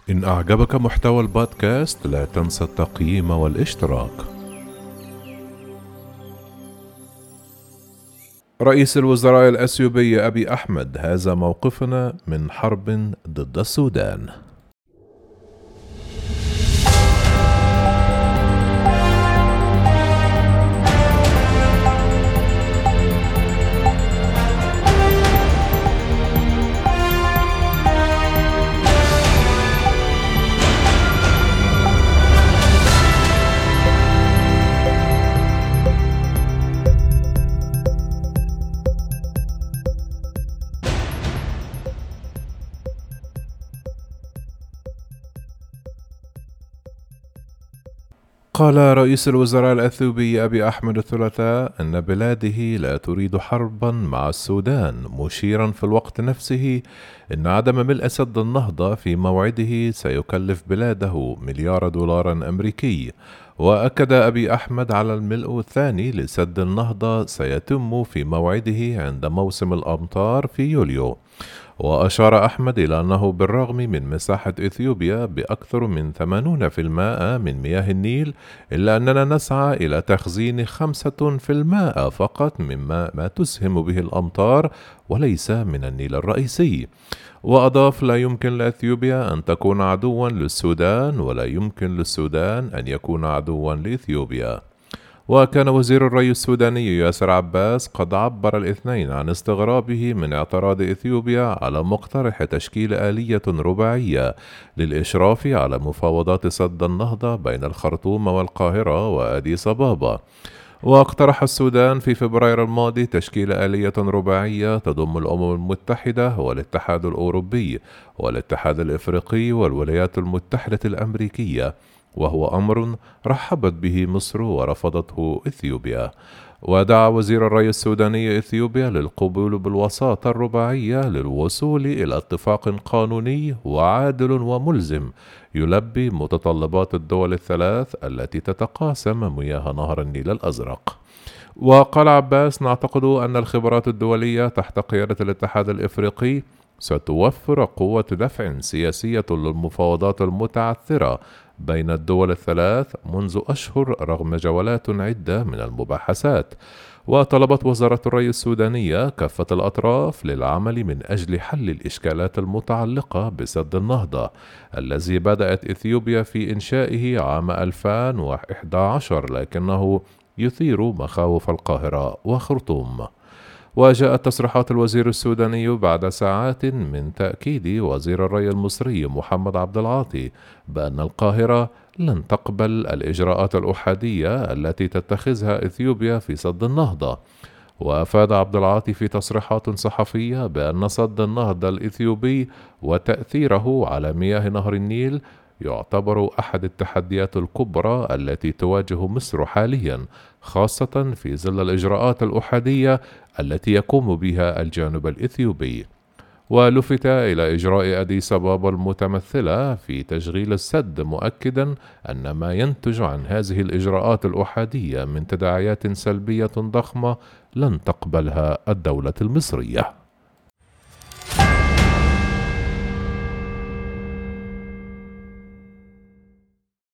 إن أعجبك محتوى البودكاست لا تنسى التقييم والاشتراك. رئيس الوزراء الأثيوبي أبي أحمد: هذا موقفنا من حرب ضد السودان. قال رئيس الوزراء الأثيوبي أبي أحمد الثلاثاء أن بلاده لا تريد حربا مع السودان، مشيرا في الوقت نفسه أن عدم ملء سد النهضة في موعده سيكلف بلاده مليار دولار أمريكي. وأكد أبي أحمد على الملء الثاني لسد النهضة سيتم في موعده عند موسم الأمطار في يوليو. وأشار أحمد إلى أنه بالرغم من مساحة إثيوبيا بأكثر من 80% من مياه النيل، إلا أننا نسعى إلى تخزين 5% فقط مما تسهم به الأمطار وليس من النيل الرئيسي. وأضاف: لا يمكن لإثيوبيا أن تكون عدوا للسودان، ولا يمكن للسودان أن يكون عدوا لإثيوبيا. وكان وزير الري السوداني ياسر عباس قد عبر الاثنين عن استغرابه من اعتراض إثيوبيا على مقترح تشكيل آلية رباعية للإشراف على مفاوضات سد النهضة بين الخرطوم والقاهرة وأديس أبابا. واقترح السودان في فبراير الماضي تشكيل آلية رباعية تضم الأمم المتحدة والاتحاد الأوروبي والاتحاد الإفريقي والولايات المتحدة الأمريكية، وهو أمر رحبت به مصر ورفضته إثيوبيا. ودعا وزير الري السوداني إثيوبيا للقبول بالوساطة الرباعية للوصول إلى اتفاق قانوني وعادل وملزم يلبي متطلبات الدول الثلاث التي تتقاسم مياه نهر النيل الأزرق. وقال عباس: نعتقد أن الخبرات الدولية تحت قيادة الاتحاد الإفريقي ستوفر قوة دفع سياسية للمفاوضات المتعثرة بين الدول الثلاث منذ أشهر رغم جولات عدة من المباحثات. وطلبت وزارة الري السودانية كافة الأطراف للعمل من أجل حل الإشكالات المتعلقة بسد النهضة الذي بدأت إثيوبيا في إنشائه عام 2011، لكنه يثير مخاوف القاهرة وخرطوم. وجاءت تصريحات الوزير السوداني بعد ساعات من تأكيد وزير الري المصري محمد عبد العاطي بأن القاهرة لن تقبل الإجراءات الأحادية التي تتخذها إثيوبيا في سد النهضة. وأفاد عبد العاطي في تصريحات صحفية بأن سد النهضة الإثيوبي وتأثيره على مياه نهر النيل يعتبر أحد التحديات الكبرى التي تواجه مصر حاليا، خاصة في ظل الإجراءات الأحادية التي يقوم بها الجانب الإثيوبي. ولفت إلى إجراء أديس أبابا المتمثلة في تشغيل السد، مؤكدا أن ما ينتج عن هذه الإجراءات الأحادية من تداعيات سلبية ضخمة لن تقبلها الدولة المصرية.